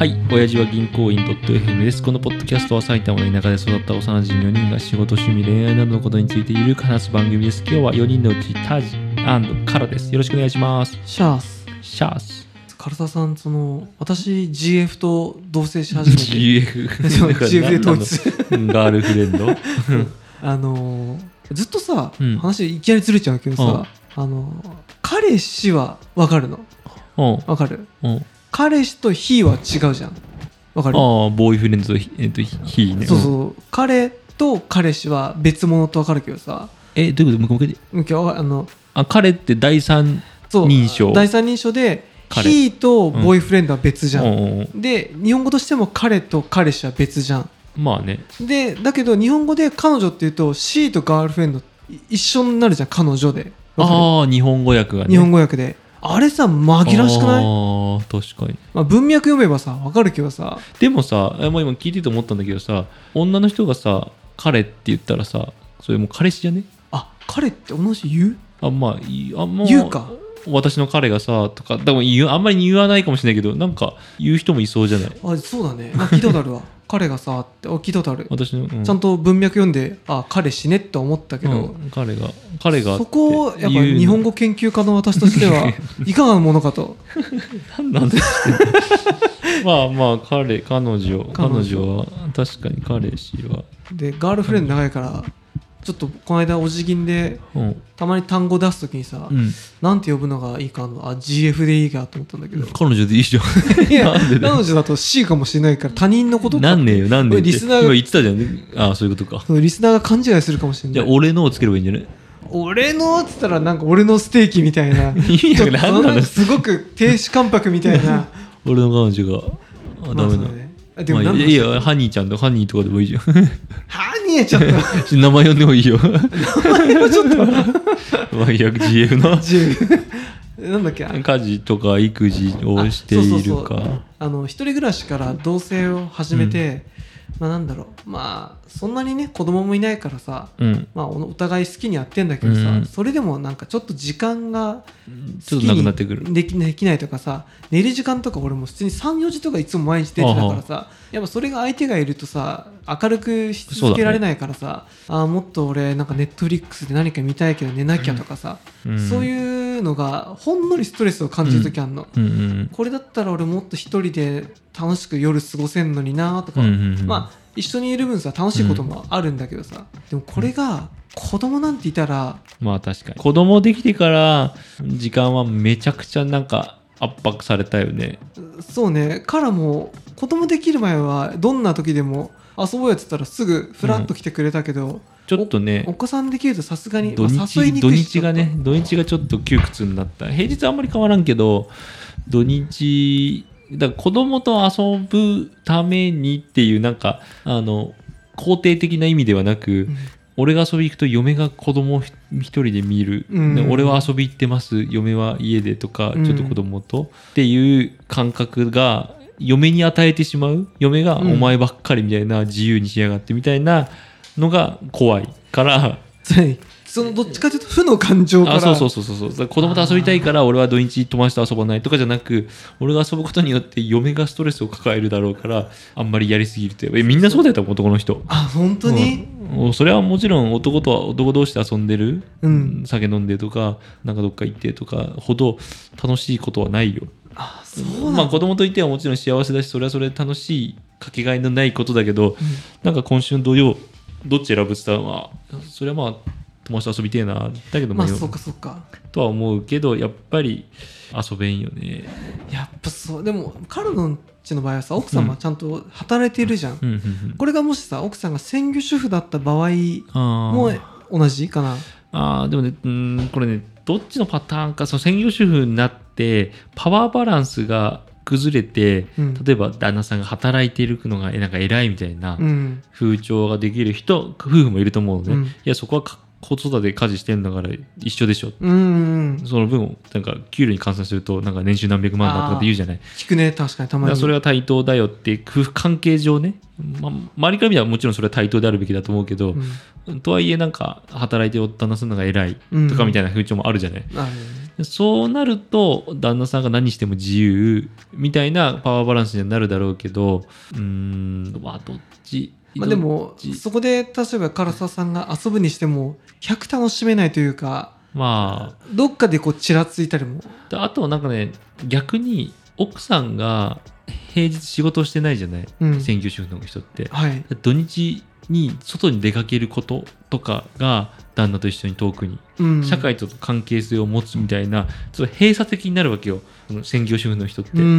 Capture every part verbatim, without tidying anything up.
はい、親父は銀行員 .fm です。このポッドキャストは埼玉の田舎で育った幼馴染よにんが仕事、趣味、恋愛などのことについてゆるく話す番組です。今日はよにんのうちタジ&カラです。よろしくお願いします。 シャースシャース唐沢さん、その私 ジーエフ と同棲し始めてジーエフジーエフ で統一ガールフレンドあのずっとさ、 うん、 話いきなりずれちゃうけどさ、 うん、 あの彼氏は分かるの。分かる、うん、彼氏とヒーは違うじゃん。分かる。 ああ、ボーイフレンドとヒーね。 そうそう、彼と彼氏は別物と分かるけどさ。 え、どういうこと？もう一回で。 あのあ、彼って第三人称。 第三人称でヒーとボーイフレンドは別じゃん、 うん、 で日本語としても彼と彼氏は別じゃん。 まあね。でだけど日本語で彼女っていうとシーとガールフレンド一緒になるじゃん、彼女で。 ああ、日本語訳がね。 日本語訳であれさ紛らわしくない？ ああ、確かに、 まあ、文脈読めばさ分かるけどさ。 でもさ、まあ、今聞いてて思ったんだけどさ、女の人がさ彼って言ったらさ、それもう彼氏じゃね？ あ、彼って同じ言う？ あ、まああんま言うか。 私の彼がさとか、でも言う、あんまり言わないかもしれないけど、なんか言う人もいそうじゃない？ あ、そうだね。まあ、聞いたことあるわ彼がさって聞いたことある。 私の、うん、 ちゃんと文脈読んで、あ、彼死ねって思ったけど、 うん、彼が彼がそこをやっぱ日本語研究家の私としてはいかがなものかと何なんですかまあまあ彼彼女彼女は確かに彼氏はでガールフレンド長いから、ちょっとこの間お辞儀で、うん、たまに単語出すときにさ、うん、なんて呼ぶのがいいかの、あ ジーエフ でいいかと思ったんだけど、 彼女でいいじゃん。 いやなんで、ね、彼女だと シー かもしれないから他人のことか。 なんねえよ、なんでリスナーが今言ってたじゃん。ああ、そういうことか。 そう、リスナーが勘違いするかもしれない。 じゃあ俺のをつければいいんじゃない？ 俺のっつったらなんか俺のステーキみたいな意味が何なの？ すごく亭主関白みたいな俺の彼女があダメな、まあ、でも、まあ、いやいやハニーちゃんとハニーとかでもいいじゃん。 ハニーちょっと名前呼んでもいいよ。名前はちょっとまあいや ジーエフ のジーエフ なんだっけ、 家事とか育児をしているか。そうそうそう、 あの一人暮らしから同棲を始めて、うん、まあなんだろう、まあそんなにね子供もいないからさ、うん、まあお互い好きにやってんだけどさ、うん、それでもなんかちょっと時間がちょっとなくなってくる、 でき、できないとかさ、寝る時間とか俺も普通にさん、よじとかいつも毎日出てたからさ、やっぱそれが相手がいるとさ明るくし続けられないからさ、ね、あもっと俺なんかネットフリックスで何か見たいけど寝なきゃとかさ、うん、そういうのがほんのりストレスを感じるときあるの、うんうんうん、これだったら俺もっと一人で楽しく夜過ごせんのになとか、うんうんうん、まあ一緒にいる分さ楽しいこともあるんだけどさ、うん、でもこれが子供なんていたら、 まあ確かに子供できてから時間はめちゃくちゃなんか圧迫されたよね。 そうね、からも子供できる前はどんな時でも遊ぼうやって言ったらすぐフラッと来てくれたけど、うん、 ちょっとねお, お子さんできるとさすがに土日、まあ、 誘いにくいし、 土日がね土日がちょっと窮屈になった。平日あんまり変わらんけど土日だから子供と遊ぶためにっていうなんかあの肯定的な意味ではなく、うん、俺が遊び行くと嫁が子供を一人で見る、うん、俺は遊び行ってます嫁は家でとかちょっと子供と、うん、っていう感覚が嫁に与えてしまう、嫁がお前ばっかりみたいな、自由にしやがってみたいなのが怖いから、 そのどっちかというと負の感情から、 あそうそうそうそうそう、子供と遊びたいから俺は土日友達と遊ばないとかじゃなく、俺が遊ぶことによって嫁がストレスを抱えるだろうからあんまりやりすぎると、えみんなそうだよ男の人。 あ本当に、 うん、それはもちろん男とは男同士で遊んでる、うん、酒飲んでとかなんかどっか行ってとかほど楽しいことはないよ。 あそうなんだ。 まあ子供といてはもちろん幸せだし、それはそれで楽しいかけがえのないことだけど、うん、なんか今週の土曜どっち選ぶって言ったら、まあそれはまあ友達と遊びてえなだけど、 まあそうかそうかとは思うけど、やっぱり遊べんよね。 やっぱそう。でもカルノンちの場合はさ、奥様はちゃんと働いてるじゃん、うんうんうんうん、これがもしさ奥さんが専業主婦だった場合も同じかな。 あでもね、うんこれねどっちのパターンか、その専業主婦になってパワーバランスが崩れて、うん、例えば旦那さんが働いているのがなんか偉いみたいな風潮ができる人、うん、夫婦もいると思うので、ねうん、いやそこは子育て家事してんだから一緒でしょ、うんうんうん、その分なんか給料に換算するとなんか年収何百万だとかって言うじゃない。 聞くね、確かにたまに。 それは対等だよって夫婦関係上ね、まあ、周りから見たらもちろんそれは対等であるべきだと思うけど、うん、とはいえなんか働いて旦那さんのが偉いとかみたいな風潮もあるじゃない、うん、 そうなると旦那さんが何しても自由みたいなパワーバランスにはなるだろうけど、うーんまあどっちまあ、でもそこで例えば唐沢さんが遊ぶにしてもひゃく楽しめないというか、 まあどっかでこうちらついたりも。 あとなんかね逆に奥さんが平日仕事をしてないじゃない、 うん、 専業主婦の人って、 はい、 土日に外に出かけることとかが旦那と一緒に遠くに、 うん、 社会と関係性を持つみたいなちょっと閉鎖的になるわけよ、その専業主婦の人って、 うん、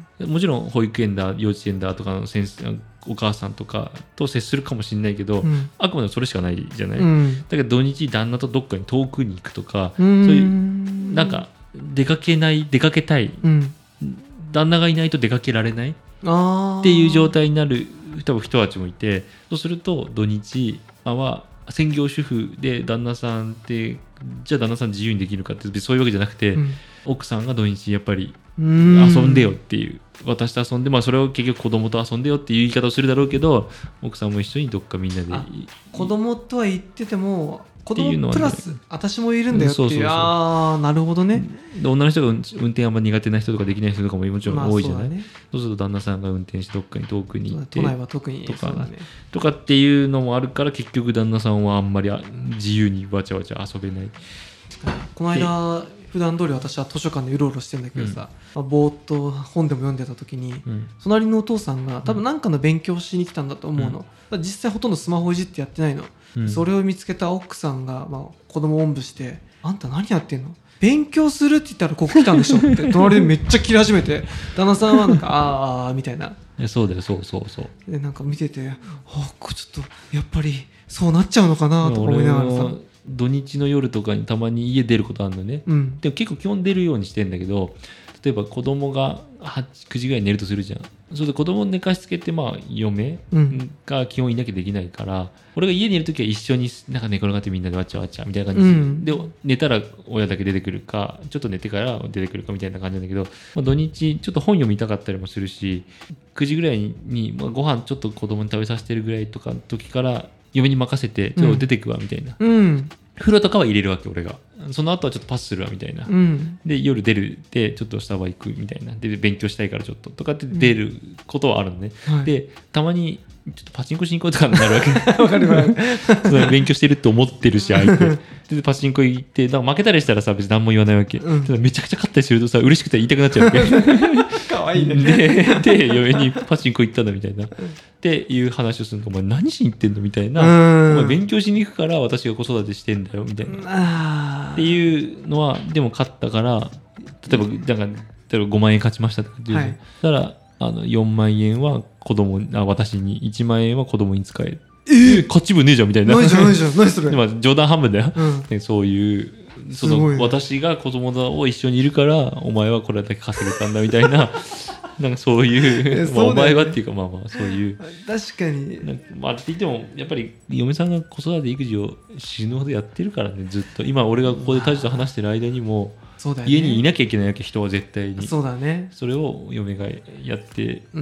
もちろん保育園だ幼稚園だとかの先生お母さんとかと接するかもしれないけど、うん、あくまでもそれしかないじゃない、うん、だけど土日旦那とどっかに遠くに行くとか、うん、そういうなんか出かけない出かけたい、うん、旦那がいないと出かけられないっていう状態になる多分人たちもいて、そうすると土日は専業主婦で旦那さんってじゃあ旦那さん自由にできるかってそういうわけじゃなくて、うん、奥さんが土日やっぱり遊んでよっていう、私と遊んで、まあそれを結局子供と遊んでよっていう言い方をするだろうけど、奥さんも一緒にどっかみんなで子供とは言ってても子供プラス私もいるんだよっていう、そうそうそう、ああなるほどね。 で女の人が運転あんま苦手な人とかできない人とかももちろん多いじゃない、まあ そうだね、そうすると旦那さんが運転してどっかに遠くに行って都内は特にとか、 そうだね、 とかっていうのもあるから結局旦那さんはあんまり自由にわちゃわちゃ遊べない。 この間普段通り私は図書館でうろうろしてるんだけどさ、うんまあ、ぼーっと本でも読んでた時に、うん、隣のお父さんが多分何かの勉強しに来たんだと思うの、うん、実際ほとんどスマホいじってやってないの、うん、それを見つけた奥さんが、まあ、子供をおんぶしてあんた何やってんの勉強するって言ったらここ来たんでしょって隣でめっちゃ切り始めて旦那さんはなんかあーみたいな、 そうだよそうそうそうでなんか見ててあちょっとやっぱりそうなっちゃうのかなとか思いながらさ、 土日の夜とかにたまに家出ることあるのね、うん、でも結構基本出るようにしてんだけど、例えば子供がくじぐらいに寝るとするじゃん。それで子供を寝かしつけて、まあ嫁が基本いなきゃできないから、うん、俺が家にいるときは一緒になんか寝転がってみんなでわちゃわちゃみたいな感じで、うん、で寝たら親だけ出てくるかちょっと寝てから出てくるかみたいな感じなんだけど、まあ、土日ちょっと本読みたかったりもするし、くじぐらいに、まあ、ご飯ちょっと子供に食べさせてるぐらいとかの時から嫁に任せてちょっと出てくわみたいな、うんうん風呂とかは入れるわけ俺が、その後はちょっとパスするわみたいな、うん、で夜出るでちょっとスタバ行くみたいなで勉強したいからちょっととかって出ることはあるのね、うんはい、でたまにちょっとパチンコしに行こうとかになるわけわかるわかる勉強してるって思ってるし相手でパチンコ行ってだから負けたりしたらさ別に何も言わないわけ、うん、ただめちゃくちゃ勝ったりするとさ嬉しくて言いたくなっちゃうわけかわいいねで, で嫁にパチンコ行ったんだみたいなっていう話をするとお前何しに行ってんのみたいな、お前勉強しに行くから私が子育てしてんだよみたいなっていうのはでも勝ったから例えばなんか例えばごまんえん勝ちましたとかっていう、はい、だからあのよんまんえんは子供あ私にいちまんえんは子供に使える、えー、勝ち分ねえじゃんみたいなないじゃんないじゃん何それまあ冗談半分だよ、うん、そういうその、ね、私が子供と一緒にいるからお前はこれだけ稼げたんだみたいななんかそういう、まあ、お前はっていうかまあまあそういう確かになんかまあって言ってもやっぱり嫁さんが子育て育児を死ぬほどやってるからねずっと今俺がここでタジと話してる間にもそうだよね、 家にいなきゃいけないわけ人は絶対にそうだねそれを嫁がやって、うん、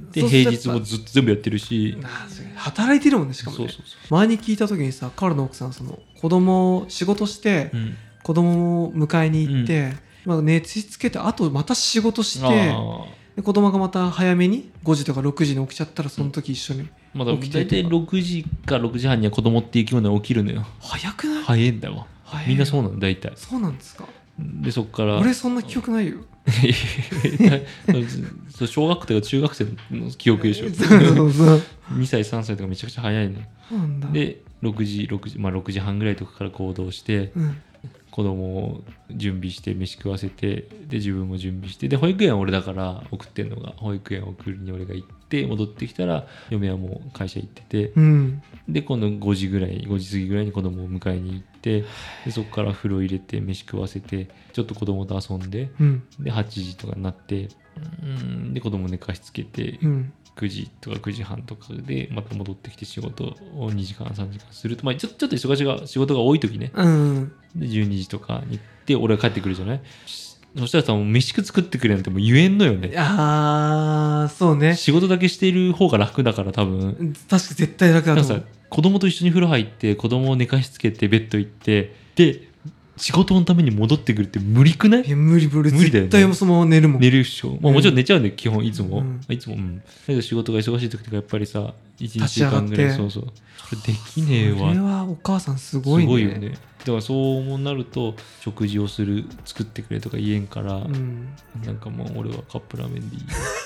で平日もずっと全部やってるし働いてるもんねしかもねそうそうそう前に聞いた時にさ彼の奥さんその子供仕事して、うん、子供を迎えに行って、うんまあ、寝つけてあとまた仕事してで子供がまた早めにごじとかろくじに起きちゃったらその時一緒に起きて、うんまだ大体ろくじかろくじはんには子供っていう生き物が起きるのよ。 早くない？ 早いんだわみんなそうなの大体そうなんですか。 でそっから俺そんな記憶ないよ小学生とか中学生の記憶でしょそうそうにさいさんさいとかめちゃくちゃ早いの、なんだでろくじろくじまあろくじはんぐらいとかから行動して、うん、子供を準備して飯食わせてで自分も準備してで保育園は俺だから送ってんのが保育園送りに俺が行って戻ってきたら嫁はもう会社行ってて、うん、で今度ごじぐらいごじ過ぎぐらいに子供を迎えに行ってでそこから風呂入れて飯食わせてちょっと子供と遊んで、うん、ではちじとかになってうんで子供寝かしつけて、うん、くじとかくじはんとかでまた戻ってきて仕事をにじかんさんじかんすると、まあ、ちょ, ちょっと忙しが仕事が多い時ね、うん、でじゅうにじとかに行って俺が帰ってくるじゃない。そしたらさもう飯作ってくれなんてもう言えんのよね。 あーそうね仕事だけしている方が楽だから多分確か絶対楽だと思う。 なんかさ子供と一緒に風呂入って子供を寝かしつけてベッド行ってで仕事のために戻ってくるって無理くない？ いや無理無理無理だよね絶対そのまま寝るもん。 寝るっしょ、まあ、もちろん寝ちゃうんだよ基本いつも、 うんいつもうんだけど仕事が忙しい時とかやっぱりさいち、2 立ち上がって週間ぐらいそうそうそれできねえわ。 これはお母さんすごいね。 すごいよね。だからそうなると食事をする作ってくれとか言えんから、 うん、 なんかもう俺はカップラーメンでいい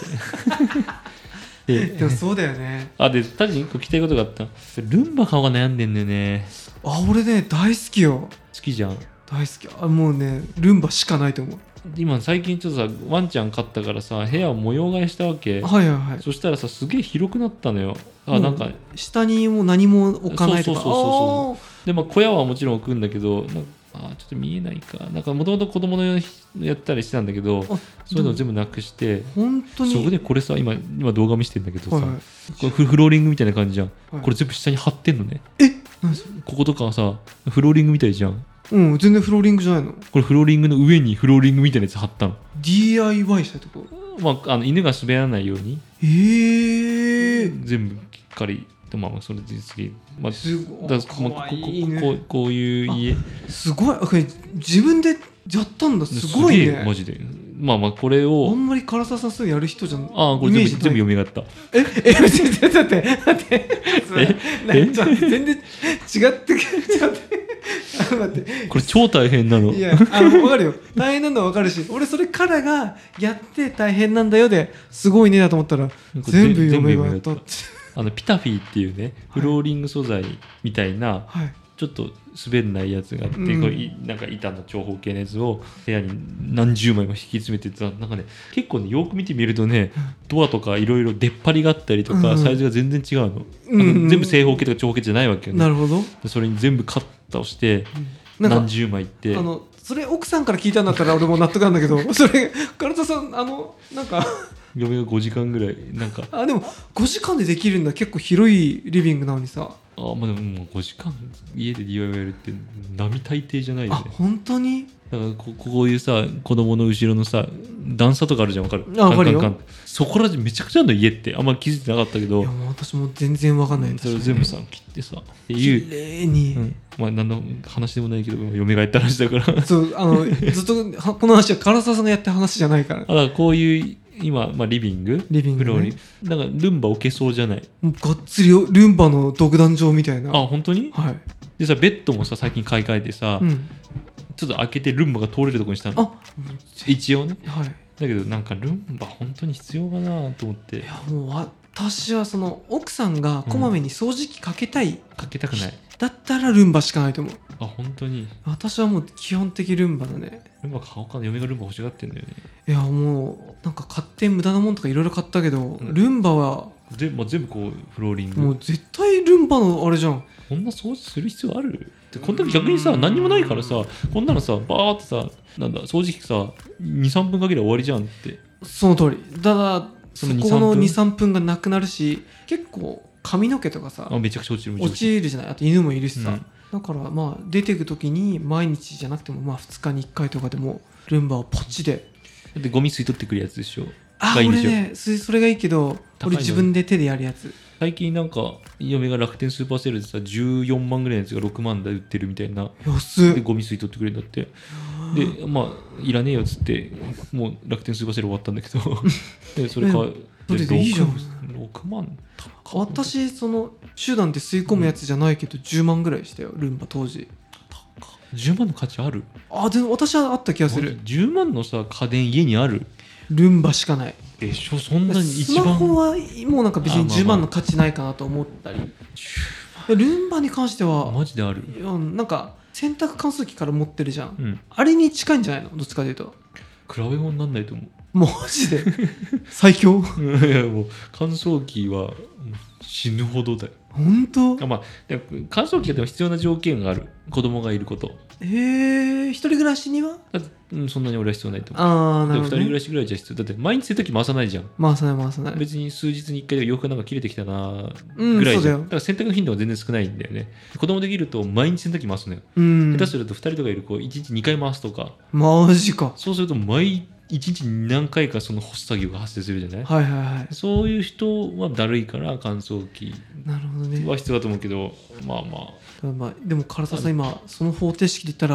ってででもそうだよね。 あで確かにいっこ聞きたいことがあった。ルンバ買おうが悩んでんだよね。 あ俺ね大好きよ。 好きじゃん。 大好き。あもうねルンバしかないと思う。 今最近ちょっとさワンちゃん飼ったからさ部屋を模様替えしたわけ。 はいはいはい。 そしたらさすげえ広くなったのよ。あもうなんか下にもう何も置かないとか。 そうそうそうそうでまあ小屋はもちろん置くんだけどなんかあちょっと見えないかなんかもともと子供のやったりしてたんだけどあそういうのを全部なくして本当にそこでこれさ今今動画見せてんだけどさ、 はいはいこれフフローリングみたいな感じじゃん、 はいこれ全部下に貼ってんのね。 え何それ。 こことかはさフローリングみたいじゃん。 うん全然フローリングじゃないの。 これフローリングの上にフローリングみたいなやつ貼ったの。 ディーアイワイ したとこ。 まあ、あの犬が滑らないようにえー、 全部しっかりとまあそれで次、まあ、 すごいだからもうかわいいねここここういう家すごい。あこれ自分でやったんだ。すごいげえね。 マジでまあまあこれあをんまり唐沢さんすぐやる人じゃん。 ああこれ全部全部読み上がったええちょっと待って待ってえなちょっと全然違ってちょっと待ってあ待ってこれ超大変なの。 いやあの分かるよ大変なのは分かるし俺それからがやって大変なんだよですごいねだと思ったら全部読めばやったってあのピタフィーっていうねフローリング素材みたいな、 はいちょっと滑んないやつがあって、 うんこれいなんか板の長方形のやつを部屋に何十枚も引き詰めてたなんかね結構ねよく見てみるとねドアとかいろいろ出っ張りがあったりとか、 うんサイズが全然違うの、 うんあの全部正方形とか長方形じゃないわけよね。 なるほどでそれに全部カッタをしてなんか何十枚ってあのそれ奥さんから聞いたんだったら俺も納得なんだけどそれ唐沢さんあのなんか嫁がごじかんぐらいなんかあでもごじかんでできるんだ。結構広いリビングなのにさ。 あまあでももうごじかん家で ディーアイワイ やるって並大抵じゃないよあね。 本当にだからここういうさ子供の後ろのさ段差とかあるじゃんわかる。 あわかるよカンカンカンそこら中めちゃくちゃあるの家ってあんまり気づいてなかったけどいやもう私も全然わかんない。 それを全部さ切ってさって綺いう、 麗に、 うん、まあ何の話でもないけど嫁がやった話だからそうあのずっとはこの話は唐沢さんがやった話じゃないからだからこういう今、まあ、リビングリビングねフローリングだからルンバ置けそうじゃない。 もうがっつりルンバの独壇場みたいな。 あ本当に。 はい、 でさベッドもさ最近買い替えてさ、 うん、 ちょっと開けてルンバが通れるところにしたのあ一応ね。 はい。 だけどなんかルンバ本当に必要かなと思っていやもう私はその奥さんがこまめに掃除機かけたい、 かけたくない。 だったらルンバしかないと思う。 あ本当に私はもう基本的ルンバだね。 ルンバ買おうかな。嫁がルンバ欲しがってんだよね。 いやもうなんか買って無駄なもんとかいろいろ買ったけど、 んルンバは全部全部こうフローリングもう絶対ルンバのあれじゃん。 こんな掃除する必要あるってこん時逆にさ何にもないからさこんなのさバーってさなんだ掃除機さにさんぷんかけりゃ終わりじゃんって。 その通り。ただそそのこのににさんぷんがなくなるし結構髪の毛とかさあめちゃくちゃ落ちるめちゃ落くちゃちるじゃない。あと犬もいるしさ、 うんだからまあ出てく時に毎日じゃなくてもまあふつかにいっかいとかでもルンバをポチで。 だってゴミ吸い取ってくるやつでしょ。 あがいいんでしょ俺ねそそれがいいけど高いの俺自分で手でやるやつ。 最近なんか嫁が楽天スーパーセールでさじゅうよんまんぐらいのやつがろくまんで売ってるみたいな。 安っ。 でゴミ吸い取ってくれるんだって。でまあいらねえよっつってもう楽天スーパーセール終わったんだけどでそれかそれでいいじゃん。 ろくまん高っ。 私その手段で吸い込むやつじゃないけどじゅうまんぐらいしたよルンバ当時。 じゅうまんの価値ある。 あでも私はあった気がする。 じゅうまんのさ家電家にあるルンバしかない。 でしょ。そんなにス一番マホはもうなんか別にあまあまあじゅうまんの価値ないかなと思ったり。ルンバに関してはマジである。 いやなんか洗濯乾燥機から持ってるじゃん、 うんあれに近いんじゃないのどっちかというと。 比べ物になんないと思う。 マジで最強。 いやもう乾燥機はもう死ぬほどだよ。 本当。 あまあで乾燥機はでも必要な条件がある。子供がいること。 えー、一人暮らしにはだってうん、そんなに俺は必要ないと思う。 ああなるほど、 でも二人暮ね、 らしぐらいじゃ必要だって毎日洗濯機回さないじゃん。 回さない回さない。 別に数日にいっかいで洋服なんか切れてきたなうんぐらいじゃん、 そうだよだから洗濯の頻度が全然少ないんだよね。子供できると毎日洗濯機回すのよ、 うん下手するとふたりとかいる子いちにちにかい回すとか。 マジか。 そうすると毎いちにちに何回かその干す作業が発生するじゃない、 はいはいはい。 そういう人はだるいから乾燥機なるほどね。 は必要だと思うけどまあまあまあ、でも唐沢さん今その方程式で言ったら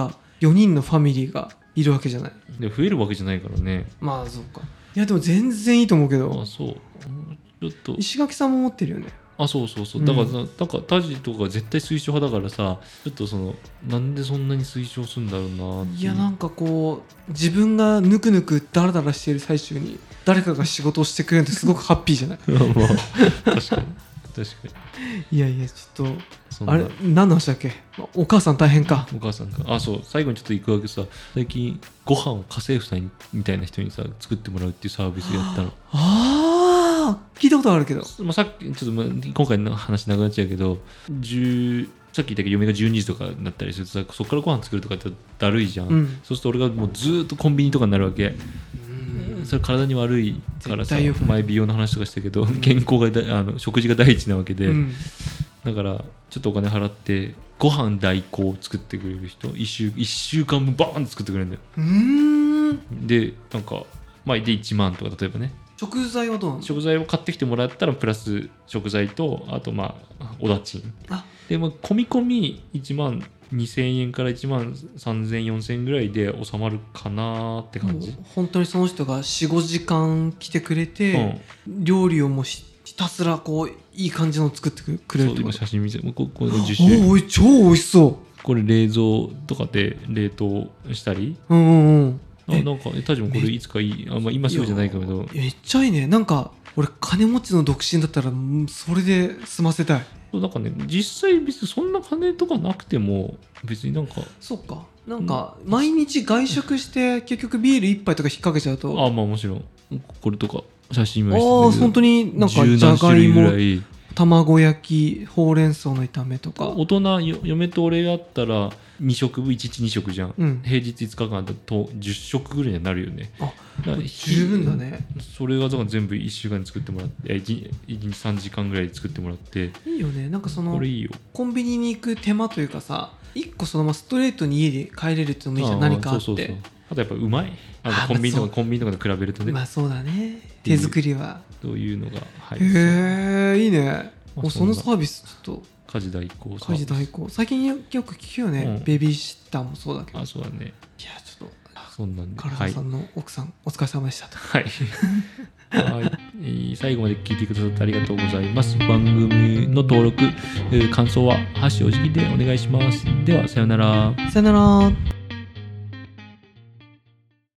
よにんのファミリーがいるわけじゃない。 で増えるわけじゃないからね。 まあそうか。いやでも全然いいと思うけど。 あそうちょっと石垣さんも持ってるよね。 あそうそうそうだから、うん、なんかタジとか絶対推奨派だからさ、ちょっとそのなんでそんなに推奨するんだろうなっていう。 いやなんかこう自分がぬくぬくダラダラしている最中に誰かが仕事をしてくれるってすごくハッピーじゃないまあ確かに確かに。いやいやちょっととあれ何の話だっけ。お母さん大変か。 お母さんか。あそう最後にちょっと行くわけさ、最近ご飯を家政婦さんみたいな人にさ作ってもらうっていうサービスやったの。 ああ聞いたことあるけど、 まあ、さっきちょっと今回の話なくなっちゃうけど、じゅうさっき言ったけど嫁がじゅうにじとかになったりするとさ、そこからご飯作るとかってだるいじゃん、うん、そうすると俺がもうずっとコンビニとかになるわけ。それ体に悪いからさ、前美容の話とかしたけど、うん、健康がだあの食事が第一なわけで、うん、だからちょっとお金払ってご飯代行を作ってくれる人 1, 週いっしゅうかんぶんバーンと作ってくれるんだよ。 うーんでなんかまあでいちまんとか例えばね。 食材はどうなの？ 食材を買ってきてもらったらプラス食材とあとまあおだちんでも込み込みいちまんにせんえんからいちまんさんぜんよんせんぐらいで収まるかなって感じ。 本当にその人が よん,ご 時間来てくれて、うん、料理をもうひたすらこういい感じの作ってくれるってこと。そう今写真見せてここのじゅっしゅおい超美味しそう。 これ冷蔵とかで冷凍したり、 うんうんうんあなんかタジもこれいつかいいあ、まあ、今すぐじゃないけどめっちゃいいね。なんか俺金持ちの独身だったらそれで済ませたい。 そうなんかね実際別にそんな金とかなくても別になんかそっかなんか毎日外食して結局ビール一杯とか引っ掛けちゃうとあまあもちろんこれとか写真もああ本当になんかじゃがいも卵焼きほうれん草の炒めとか。 大人嫁と俺だったらに食分いちにちに食じゃん、うん、平日いつかかんだとじゅっ食ぐらいにはなるよね。 あ十分だね。 それがだから全部いっしゅうかんで作ってもらっていちにちさんじかんぐらいで作ってもらっていいよね。なんかそのこれいいよコンビニに行く手間というかさいっこそのままストレートに家で帰れるっていうのもいいじゃん。何かあってそうそうそうあとやっぱうまいあのコンビニとかコンビニとかと比べるとねまあそうだね手作りはというのがはいへえいいね、まあ、そのサービスちょっと家事代行家事代行最近よく聞くよね、うん、ベビーシッターもそうだけどあそうだね。 いやちょっとそんなんで体さんの奥さん、はい、お疲れ様でしたとはいはい、えー、最後まで聞いてくださってありがとうございます。番組の登録、えー、感想はハッシュおじきでお願いします。ではさよなら。 さよなら。